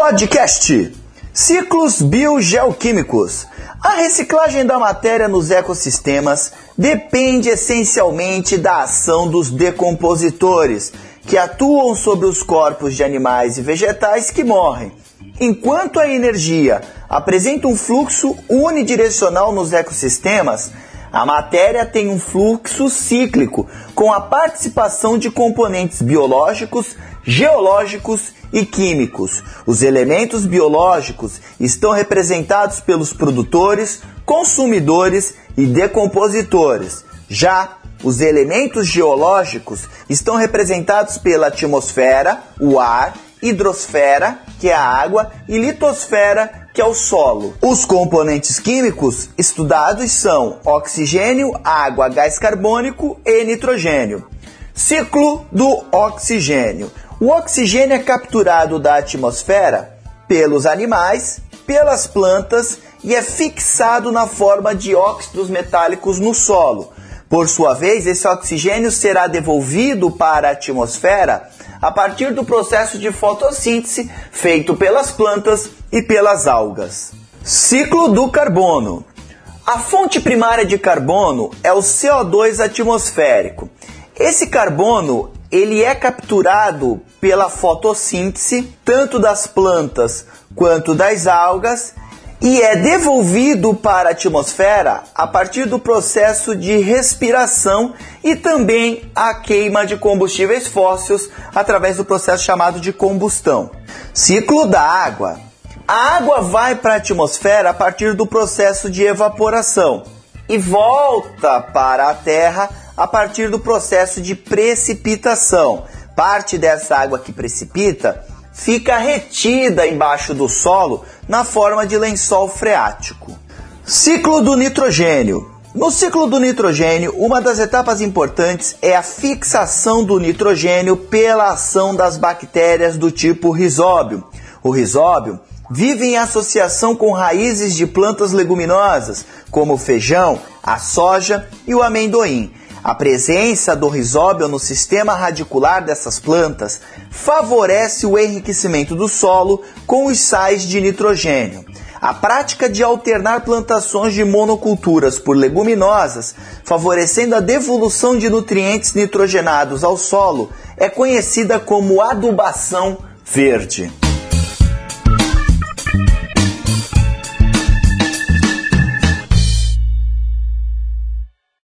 Podcast Ciclos Biogeoquímicos. A reciclagem da matéria nos ecossistemas depende essencialmente da ação dos decompositores, que atuam sobre os corpos de animais e vegetais que morrem. Enquanto a energia apresenta um fluxo unidirecional nos ecossistemas, a matéria tem um fluxo cíclico, com a participação de componentes biológicos, geológicos e químicos. Os elementos biológicos estão representados pelos produtores, consumidores e decompositores. Já os elementos geológicos estão representados pela atmosfera, o ar, hidrosfera, que é a água, e litosfera, que é o solo. Os componentes químicos estudados são oxigênio, água, gás carbônico e nitrogênio. Ciclo do oxigênio. O oxigênio é capturado da atmosfera pelos animais, pelas plantas e é fixado na forma de óxidos metálicos no solo. Por sua vez, esse oxigênio será devolvido para a atmosfera a partir do processo de fotossíntese feito pelas plantas e pelas algas. Ciclo do carbono. A fonte primária de carbono é o CO2 atmosférico. Esse carbono ele é capturado pela fotossíntese, tanto das plantas quanto das algas, e é devolvido para a atmosfera a partir do processo de respiração e também a queima de combustíveis fósseis através do processo chamado de combustão. Ciclo da água. A água vai para a atmosfera a partir do processo de evaporação e volta para a Terra a partir do processo de precipitação. Parte dessa água que precipita fica retida embaixo do solo na forma de lençol freático. Ciclo do nitrogênio. No ciclo do nitrogênio, uma das etapas importantes é a fixação do nitrogênio pela ação das bactérias do tipo rizóbio. O rizóbio vive em associação com raízes de plantas leguminosas, como o feijão, a soja e o amendoim. A presença do rizóbio no sistema radicular dessas plantas favorece o enriquecimento do solo com os sais de nitrogênio. A prática de alternar plantações de monoculturas por leguminosas, favorecendo a devolução de nutrientes nitrogenados ao solo, é conhecida como adubação verde.